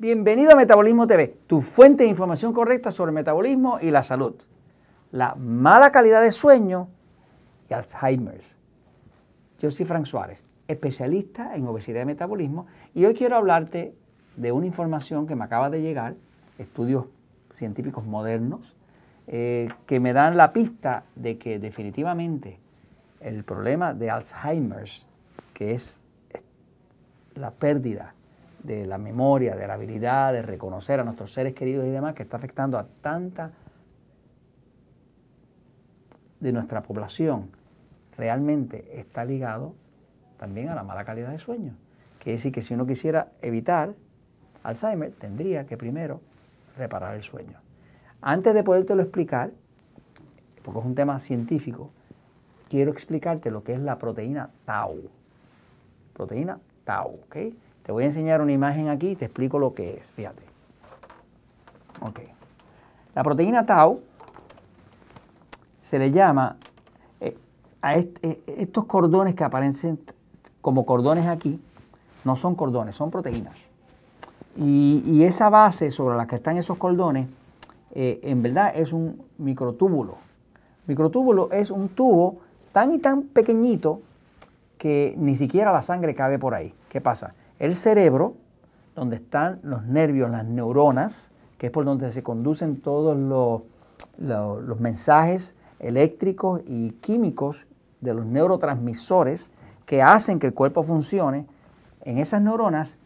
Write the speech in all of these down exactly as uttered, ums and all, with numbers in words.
Bienvenido a Metabolismo T V, tu fuente de información correcta sobre el metabolismo y la salud, la mala calidad de sueño y Alzheimer. Yo soy Frank Suárez, especialista en obesidad y metabolismo, y hoy quiero hablarte de una información que me acaba de llegar, estudios científicos modernos, eh, que me dan la pista de que definitivamente el problema de Alzheimer, que es la pérdida de la memoria, de la habilidad de reconocer a nuestros seres queridos y demás, que está afectando a tanta de nuestra población, realmente está ligado también a la mala calidad de sueño. Quiere decir que si uno quisiera evitar Alzheimer, tendría que primero reparar el sueño. Antes de podértelo explicar, porque es un tema científico, quiero explicarte lo que es la proteína tau. Proteína tau, ¿ok? Te voy a enseñar una imagen aquí y te explico lo que es, fíjate. Ok. La proteína tau se le llama eh, a est eh, estos cordones que aparecen como cordones aquí, no son cordones, son proteínas. Y, y esa base sobre la que están esos cordones, eh, en verdad es un microtúbulo. Microtúbulo es un tubo tan y tan pequeñito que ni siquiera la sangre cabe por ahí. ¿Qué pasa? El cerebro, donde están los nervios, las neuronas, que es por donde se conducen todos los, los, los mensajes eléctricos y químicos de los neurotransmisores que hacen que el cuerpo funcione, en esas neuronas,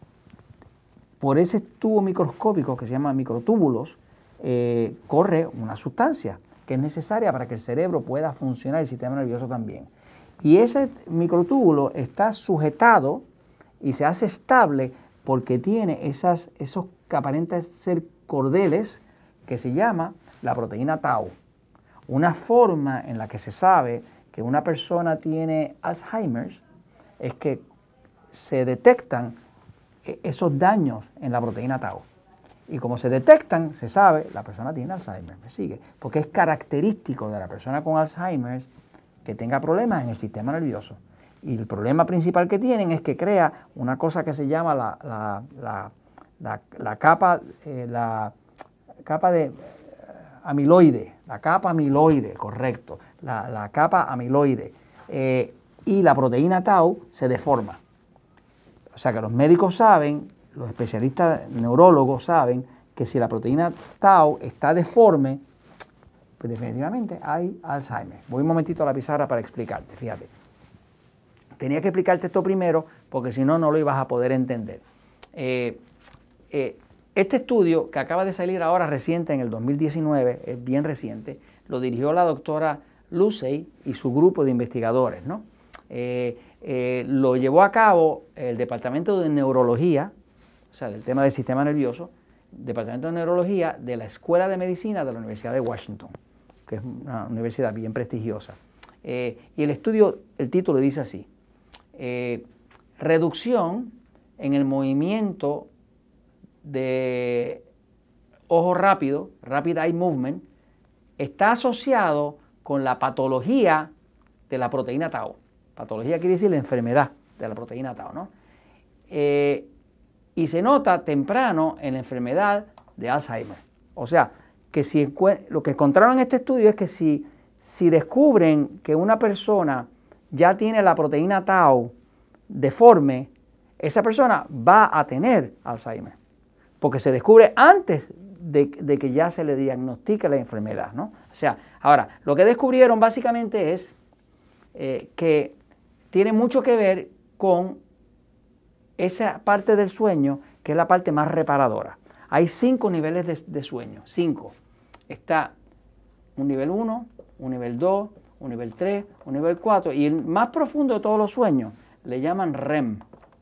por ese tubo microscópico que se llama microtúbulos, eh, corre una sustancia que es necesaria para que el cerebro pueda funcionar, el sistema nervioso también. Y ese microtúbulo está sujetado y se hace estable porque tiene esas, esos que aparentan ser cordeles que se llama la proteína tau. Una forma en la que se sabe que una persona tiene Alzheimer es que se detectan esos daños en la proteína tau. Y como se detectan, se sabe, la persona tiene Alzheimer, ¿me sigue? Porque es característico de la persona con Alzheimer que tenga problemas en el sistema nervioso. Y el problema principal que tienen es que crea una cosa que se llama la, la, la, la, la capa, eh, la capa de amiloide, la capa amiloide, correcto, la, la capa amiloide. Eh, y la proteína tau se deforma. O sea que los médicos saben, los especialistas neurólogos saben que si la proteína tau está deforme, pues definitivamente hay Alzheimer. Voy un momentito a la pizarra para explicarte, fíjate. Tenía que explicarte esto primero porque si no, no lo ibas a poder entender. Eh, eh, este estudio que acaba de salir ahora reciente, en el dos mil diecinueve, es bien reciente, lo dirigió la doctora Lucey y su grupo de investigadores, ¿no? Eh, eh, lo llevó a cabo el Departamento de Neurología, o sea, del tema del sistema nervioso, Departamento de Neurología de la Escuela de Medicina de la Universidad de Washington, que es una universidad bien prestigiosa. Eh, y el estudio, el título dice así: eh, reducción en el movimiento de ojo rápido, rapid eye movement, está asociado con la patología de la proteína tau. Patología quiere decir la enfermedad de la proteína tau, ¿no? Eh, y se nota temprano en la enfermedad de Alzheimer. O sea, que si lo que encontraron en este estudio es que si, si descubren que una persona ya tiene la proteína tau deforme, esa persona va a tener Alzheimer, porque se descubre antes de, de que ya se le diagnostique la enfermedad, ¿no? O sea, ahora, lo que descubrieron básicamente es eh, que tiene mucho que ver con esa parte del sueño que es la parte más reparadora. Hay cinco niveles de, de sueño, cinco. Está un nivel uno, un nivel dos, un nivel tres, un nivel cuatro, y el más profundo de todos los sueños le llaman R E M,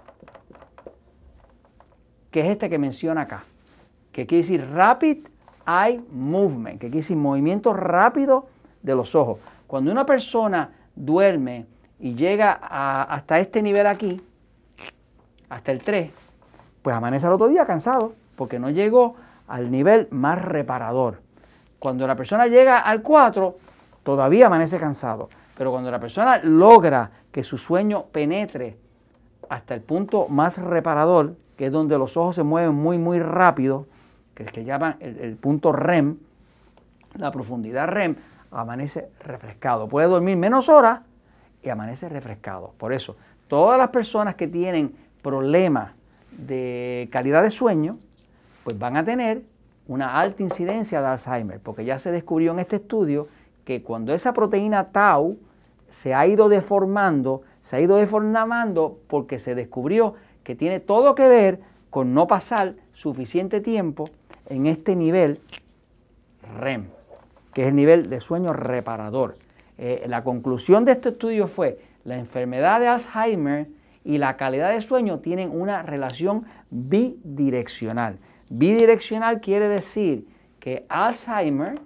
que es este que menciona acá, que quiere decir Rapid Eye Movement, que quiere decir movimiento rápido de los ojos. Cuando una persona duerme y llega a, hasta este nivel aquí, hasta el tres, pues amanece al otro día cansado, porque no llegó al nivel más reparador. Cuando la persona llega al cuatro, todavía amanece cansado, pero cuando la persona logra que su sueño penetre hasta el punto más reparador, que es donde los ojos se mueven muy, muy rápido, que es que llaman el, el punto R E M, la profundidad R E M, amanece refrescado. Puede dormir menos horas y amanece refrescado. Por eso, todas las personas que tienen problemas de calidad de sueño, pues van a tener una alta incidencia de Alzheimer, porque ya se descubrió en este estudio que cuando esa proteína tau se ha ido deformando, se ha ido deformando porque se descubrió que tiene todo que ver con no pasar suficiente tiempo en este nivel R E M, que es el nivel de sueño reparador. Eh, la conclusión de este estudio fue la enfermedad de Alzheimer y la calidad de sueño tienen una relación bidireccional. Bidireccional quiere decir que Alzheimer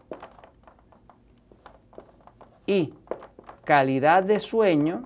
y calidad de sueño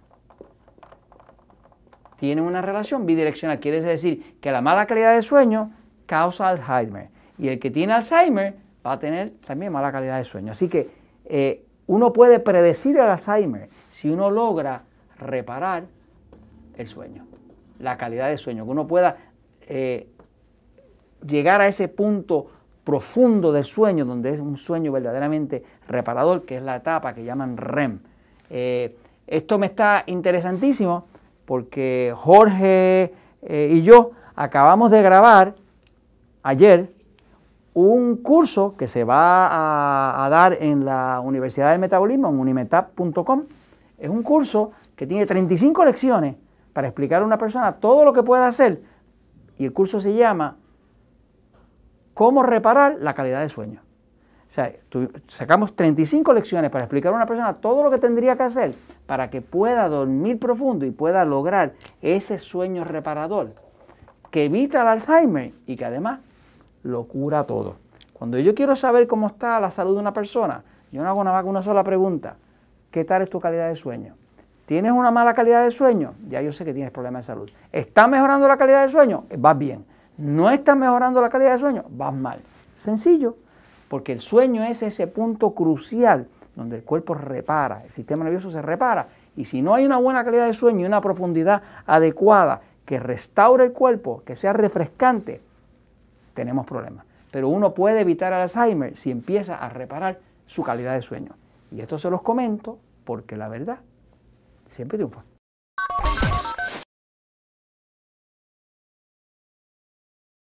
tienen una relación bidireccional. Quiere decir que la mala calidad de sueño causa Alzheimer y el que tiene Alzheimer va a tener también mala calidad de sueño. Así que eh, uno puede predecir el Alzheimer si uno logra reparar el sueño, la calidad de sueño, que uno pueda eh, llegar a ese punto profundo del sueño, donde es un sueño verdaderamente reparador, que es la etapa que llaman R E M. Eh, esto me está interesantísimo porque Jorge eh, y yo acabamos de grabar ayer un curso que se va a, a dar en la Universidad del Metabolismo, en unimetap punto com. Es un curso que tiene treinta y cinco lecciones para explicar a una persona todo lo que puede hacer, y el curso se llama ¿Cómo reparar la calidad de sueño? O sea, tu, sacamos treinta y cinco lecciones para explicar a una persona todo lo que tendría que hacer para que pueda dormir profundo y pueda lograr ese sueño reparador que evita el Alzheimer y que además lo cura todo. Cuando yo quiero saber cómo está la salud de una persona, yo no hago nada más que una sola pregunta: ¿qué tal es tu calidad de sueño? ¿Tienes una mala calidad de sueño? Ya yo sé que tienes problemas de salud. ¿Está mejorando la calidad de sueño? Vas bien. ¿No estás mejorando la calidad de sueño? Vas mal. Sencillo, porque el sueño es ese punto crucial donde el cuerpo repara, el sistema nervioso se repara, y si no hay una buena calidad de sueño y una profundidad adecuada que restaure el cuerpo, que sea refrescante, tenemos problemas. Pero uno puede evitar el Alzheimer si empieza a reparar su calidad de sueño. Y esto se los comento porque la verdad siempre triunfa.